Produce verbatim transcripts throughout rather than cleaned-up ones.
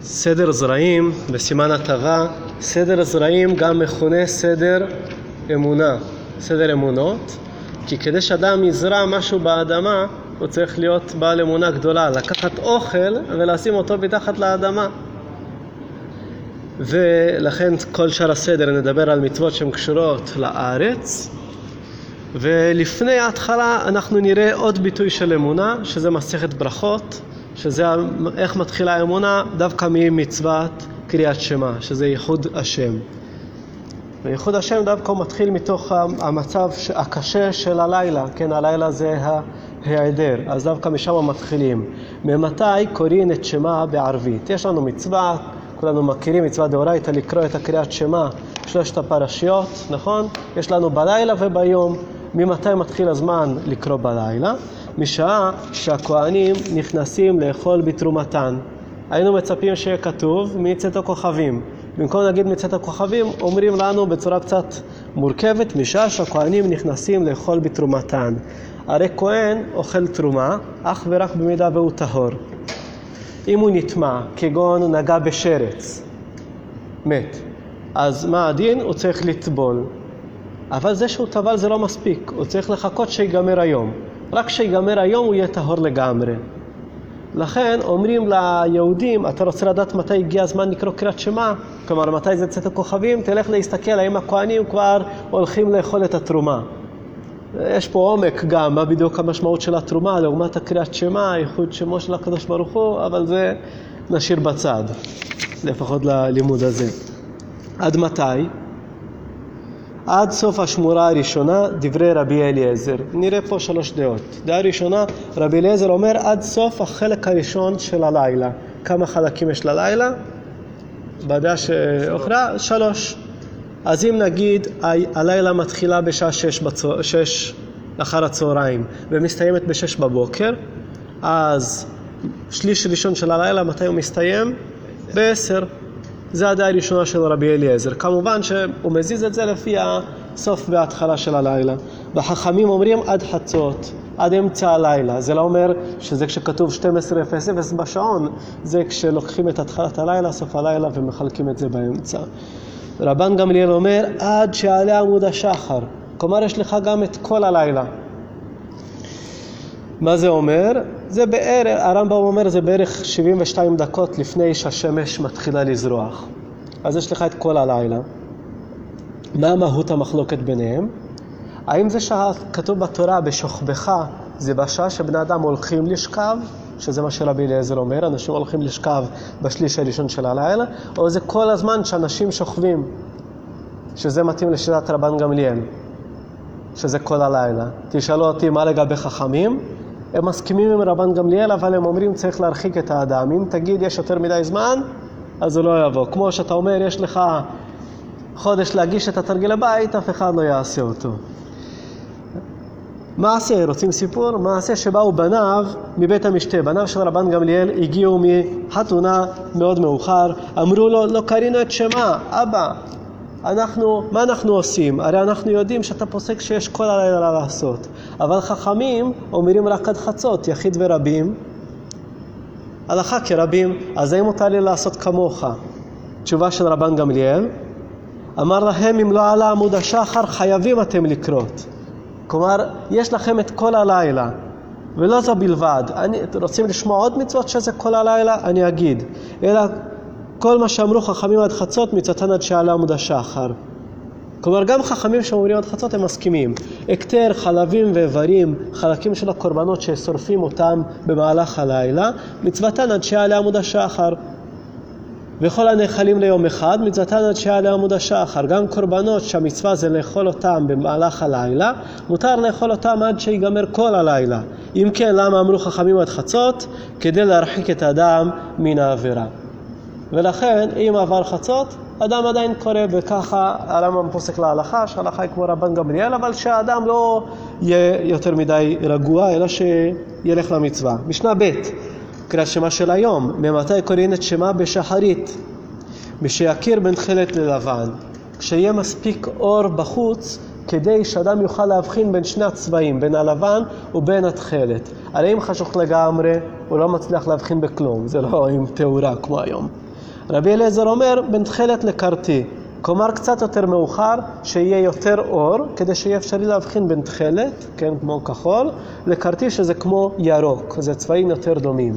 סדר זרעים, בסימן הטבה, סדר זרעים גם מכונה סדר אמונה, סדר אמונות, כי כדי שאדם יזרע משהו באדמה, הוא צריך להיות בעל אמונה גדולה, לקחת אוכל ולשים אותו מתחת לאדמה. ולכן כל שאר הסדר נדבר על מצוות שהן קשורות לארץ, ולפני ההתחלה אנחנו נראה עוד ביטוי של אמונה, שזה מסכת ברכות, שזה איך מתחילה האמונה דווקא ממצוות קריאת שמע, שזה ייחוד השם. וייחוד השם דווקא מתחיל מתוך המצב הקשה של הלילה, כן, הלילה זה ההיעדר, אז דווקא משם מתחילים. ממתי קוראים את שמע בערבית? יש לנו מצווה, כולנו מכירים מצווה דאורייתא לקרוא את הקריאת שמע, שלושת הפרשיות, נכון? יש לנו בלילה וביום. ממתי מתחיל הזמן לקרוא בלילה? משעה שהכהנים נכנסים לאכול בתרומתן. היינו מצפים שיהיה כתוב מצאת הכוכבים. במקום להגיד מצאת הכוכבים, אומרים לנו בצורה קצת מורכבת, משעה שהכהנים נכנסים לאכול בתרומתן. הרי כהן אוכל תרומה, אך ורק במידה והוא טהור. אם הוא נטמע, כגון נגע בשרץ, מת, אז מה הדין? הוא צריך לטבול. אבל זה שהוא טבל זה לא מספיק, הוא צריך לחכות שיגמר היום. רק שיגמר היום הוא יהיה טהור לגמרי. לכן אומרים ליהודים, אתה רוצה לדעת מתי הגיע הזמן לקרוא קריאת שמע? כלומר, מתי זה צאת הכוכבים? תלך להסתכל האם הכהנים כבר הולכים לאכול את התרומה. יש פה עומק גם, מה בדיוק המשמעות של התרומה, לעומת הקריאת שמע, ייחוד שמו של הקדוש ברוך הוא, אבל זה נשאיר בצד, לפחות ללימוד הזה. עד מתי? עד סוף השמורה הראשונה, דברי רבי אליעזר. נראה פה שלוש דעות. דעה ראשונה, רבי אליעזר אומר עד סוף החלק הראשון של הלילה. כמה חלקים יש ללילה? בדעה שאוכרה, שלוש. אז אם נגיד, הלילה מתחילה בשעה שש, בצור... שש אחר הצהריים, ומסתיימת בשש בבוקר, אז שליש ראשון של הלילה, מתי הוא מסתיים? בעשר. זה הדעה הראשונה של רבי אליעזר. כמובן שהוא מזיז את זה לפי הסוף וההתחלה של הלילה. בחכמים אומרים עד חצות, עד אמצע הלילה. זה לא אומר שזה כשכתוב שתים עשרה אפס אפס בשעון, זה כשלוקחים את התחלת הלילה, סוף הלילה, ומחלקים את זה באמצע. רבן גמליאל אומר עד שעלה עמוד השחר. כלומר יש לך גם את כל הלילה. מה זה אומר? זה בערך, הרמב"ם אומר, זה בערך שבעים ושתיים דקות לפני שהשמש מתחילה לזרוח. אז יש לך את כל הלילה. מה מהות המחלוקת ביניהם? האם זה שכתוב בתורה בשוכבך, זה בשעה שבני אדם הולכים לשכב, שזה מה שרבי אליעזר אומר, אנשים הולכים לשכב בשליש הראשון של הלילה, או זה כל הזמן שאנשים שוכבים, שזה מתאים לשיטת רבן גמליאל, שזה כל הלילה. תשאלו אותי מה לגבי חכמים? הם מסכימים עם רבן גמליאל, אבל הם אומרים צריך להרחיק את האדם. אם תגיד יש יותר מדי זמן, אז הוא לא יבוא. כמו שאתה אומר, יש לך חודש להגיש את התרגיל הבית, אף אחד לא יעשה אותו. מעשה, רוצים סיפור? מעשה שבאו בניו מבית המשתה. בניו של רבן גמליאל הגיעו מחתונה מאוד מאוחר, אמרו לו, לא קרינו את שמע, אבא, אנחנו, מה אנחנו עושים? הרי אנחנו יודעים שאתה פוסק שיש כל הלילה לעשות. אבל חכמים אומרים רק עד חצות, יחיד ורבים. הלכה כרבים, אז האם מותר לי לעשות כמוך? תשובה של רבן גמליאל, אמר להם, אם לא עלה עמוד השחר, חייבים אתם לקרות. כלומר, יש לכם את כל הלילה. ולא זו בלבד. אני, רוצים לשמוע עוד מצוות שזה כל הלילה? אני אגיד. אלא כל מה שאמרו חכמים עד חצות, מצוותן עד שעלה עמוד השחר. כלומר, גם חכמים שאומרים עד חצות הם מסכימים. הקטר, חלבים ואיברים, חלקים של הקורבנות ששורפים אותם במהלך הלילה, מצוותן עד שעלה עמוד השחר. וכל הנאכלים ליום אחד, מצוותן עד שעלה עמוד השחר. גם קורבנות שהמצווה זה לאכול אותם במהלך הלילה, מותר לאכול אותם עד שיגמר כל הלילה. אם כן, למה אמרו חכמים עד חצות? כדי להרחיק את האדם מן העבירה. ולכן, אם עבר חצות, אדם עדיין קורא, וככה הרמב"ם פוסק להלכה, שההלכה היא כמו רבן גמליאל, אבל שהאדם לא יהיה יותר מדי רגוע, אלא שילך למצווה. משנה ב' קריאת שמע של היום, ממתי קוראים את שמע בשחרית? משיכיר בין תכלת ללבן. כשיהיה מספיק אור בחוץ, כדי שאדם יוכל להבחין בין שני הצבעים, בין הלבן ובין התכלת. הרי אם חשוך לגמרי, הוא לא מצליח להבחין בכלום, זה לא עם תאורה כמו היום. רבי אליעזר אומר בין תכלת לקרתי, כלומר קצת יותר מאוחר, שיהיה יותר אור, כדי שיהיה אפשרי להבחין בין תכלת, כן, כמו כחול, לקרתי שזה כמו ירוק, זה צבעים יותר דומים.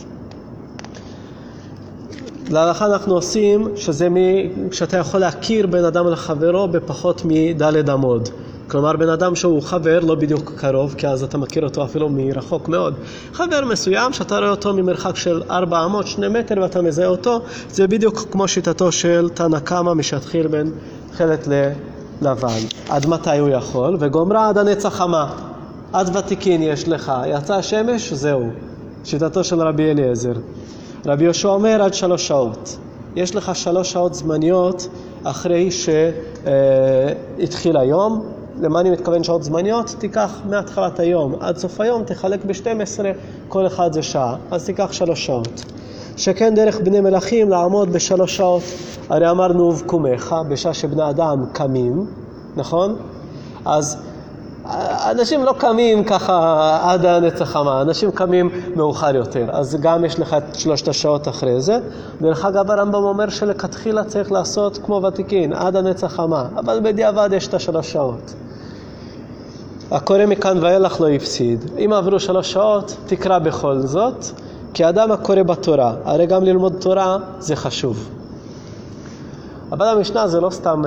להלכה אנחנו עושים שזה מ... שאתה יכול להכיר בין אדם לחברו בפחות מדלת עמוד. כלומר, בן אדם שהוא חבר לא בדיוק קרוב, כי אז אתה מכיר אותו אפילו מרחוק מאוד. חבר מסוים שאתה רואה אותו ממרחק של ארבע מאות, שני מטר ואתה מזהה אותו, זה בדיוק כמו שיטתו של תנא קמא משתחיל בין תכלת ללבן. עד מתי הוא יכול? וגומרה עד הנצח חמה. עד ותיקין יש לך. יצא השמש, זהו. שיטתו של רבי אליעזר. רבי יהושע אומר עד שלוש שעות. יש לך שלוש שעות זמניות אחרי שהתחיל היום. למה אני מתכוון שעות זמניות? תיקח מהתחלת היום עד סוף היום, תחלק ב-שתים עשרה, כל אחד זה שעה, אז תיקח שלוש שעות. שכן דרך בני מלכים לעמוד בשלוש שעות, הרי אמרנו ובקומך, בשעה שבני אדם קמים, נכון? אז אנשים לא קמים ככה עד הנצח חמה, אנשים קמים מאוחר יותר, אז גם יש לך את שלושת השעות אחרי זה. דרך אגב הרמב"ם אומר שלכתחילה צריך לעשות כמו ותיקין, עד הנצח חמה, אבל בדיעבד יש את השלוש שעות. הקורא מכאן ואילך לא יפסיד. אם עברו שלוש שעות, תקרא בכל זאת, כי אדם הקורא בתורה, הרי גם ללמוד תורה זה חשוב. אבל המשנה זה לא סתם...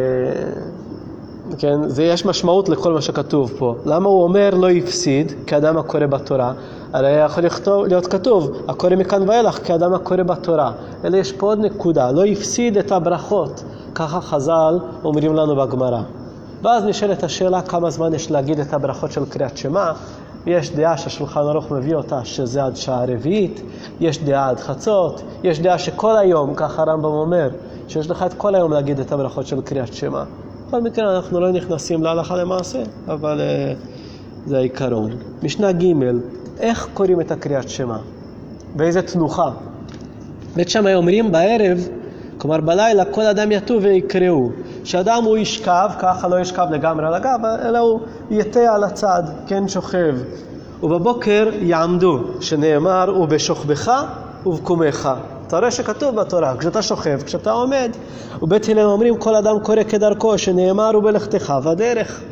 כן, זה יש משמעות לכל מה שכתוב פה. למה הוא אומר לא יפסיד כאדם הקורא בתורה? הרי יכול לכתוב, להיות כתוב, הקורא מכאן ואילך כאדם הקורא בתורה. אלא יש פה עוד נקודה, לא יפסיד את הברכות. ככה חז"ל אומרים לנו בגמרא. ואז נשאלת השאלה כמה זמן יש להגיד את הברכות של קריאת שמע. יש דעה שהשולחן ערוך מביא אותה שזה עד שעה רביעית, יש דעה עד חצות, יש דעה שכל היום, ככה הרמב"ם אומר, שיש לך את כל היום להגיד את הברכות של קריאת שמע. בכל מקרה אנחנו לא נכנסים להלכה למעשה, אבל uh, זה העיקרון. משנה ג' איך קוראים את הקריאת שמע? באיזה תנוחה? בית שמאי אומרים בערב, כלומר בלילה, כל אדם יתו ויקראו. שאדם הוא ישכב, ככה לא ישכב לגמרי על הגב, אלא הוא יתה על הצד, כן שוכב. ובבוקר יעמדו, שנאמר, ובשוכבך ובקומך. אתה רואה שכתוב בתורה, כשאתה שוכב, כשאתה עומד. ובית הלל אומרים, כל אדם קורא כדרכו, שנאמר, ובלכתך בדרך.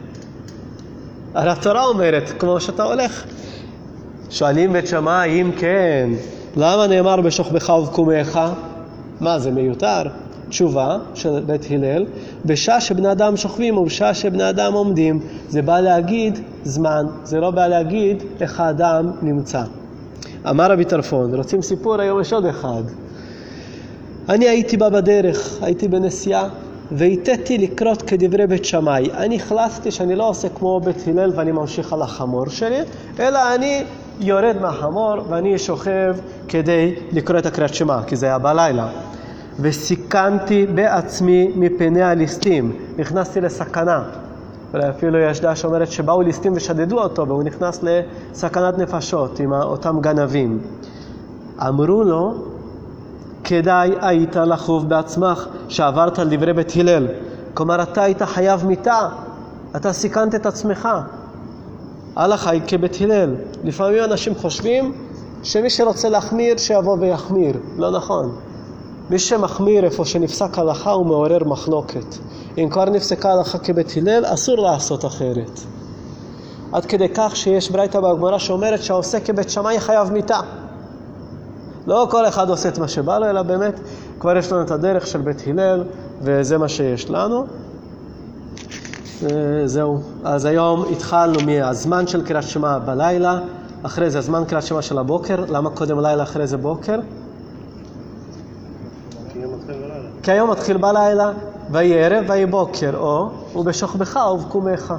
על התורה אומרת, כמו שאתה הולך. שואלים בית שמאי, אם כן, למה נאמר בשוכבך ובקומך? מה זה מיותר? תשובה של בית הלל, בשעה שבני אדם שוכבים ובשעה שבני אדם עומדים, זה בא להגיד זמן, זה לא בא להגיד איך האדם נמצא. אמר רבי טרפון, רוצים סיפור? היום יש עוד אחד. אני הייתי בא בדרך, הייתי בנסיעה, והיתתי לקרות כדברי בית שמאי. אני החלטתי שאני לא עושה כמו בית הלל ואני ממשיך על החמור שלי, אלא אני יורד מהחמור ואני שוכב כדי לקרוא את הקריאת שמע, כי זה היה בלילה. וסיכנתי בעצמי מפני הליסטים, נכנסתי לסכנה. אפילו יש דעה שאומרת שבאו ליסטים ושדדו אותו, והוא נכנס לסכנת נפשות עם אותם גנבים. אמרו לו, כדאי היית לחוב בעצמך שעברת על דברי בית הלל. כלומר, אתה היית חייב מיתה, אתה סיכנת את עצמך. הלכה היא כבית הלל. לפעמים אנשים חושבים שמי שרוצה להחמיר שיבוא ויחמיר. לא נכון. מי שמחמיר איפה שנפסק הלכה הוא מעורר מחלוקת. אם כבר נפסקה הלכה כבית הלל, אסור לעשות אחרת. עד כדי כך שיש ברייתא בגמרא שאומרת שהעושה כבית שמאי חייב מיתה. לא כל אחד עושה את מה שבא לו, אלא באמת כבר יש לנו את הדרך של בית הלל, וזה מה שיש לנו. זהו. אז היום התחלנו מהזמן של קריאת שמע בלילה, אחרי זה הזמן קריאת שמע של הבוקר. למה קודם לילה אחרי זה בוקר? כי היום מתחיל בלילה, ויהי ערב ויהי בוקר, או ובשוכבך ובקומך.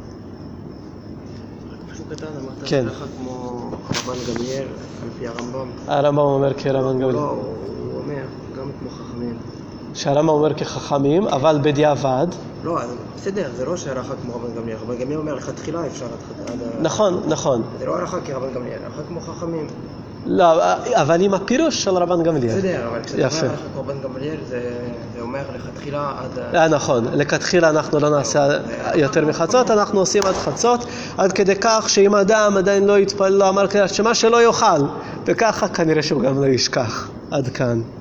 משהו קטן, אמרת כן. ככה כמו רבן גמליאל, על פי הרמב"ם. הרמב"ם אומר כרבן גמליאל. לא, הוא אומר גם כמו חכמים. שהרמב"ם אומר כחכמים, אבל בדיעבד. לא, בסדר, זה לא שהלכה כמו רבן גמליאל. רבן גמליאל אומר לך תחילה אפשר עד... נכון, נכון. זה לא הלכה כרבן גמליאל, הלכה כמו חכמים. לא, אבל עם הפירוש של רבן גמליאל. בסדר, אבל כשאתה אומר הלכה כמו רבן גמליאל, זה אומר לך תחילה עד... אה, נכון, לכתחילה אנחנו לא נעשה יותר מחצות, אנחנו עושים עד חצות, עד כדי כך שאם אדם עדיין לא יתפלל, לא אמר קריאת שמע שלא יאכל, וככה כנראה שהוא גם לא ישכח. עד כאן.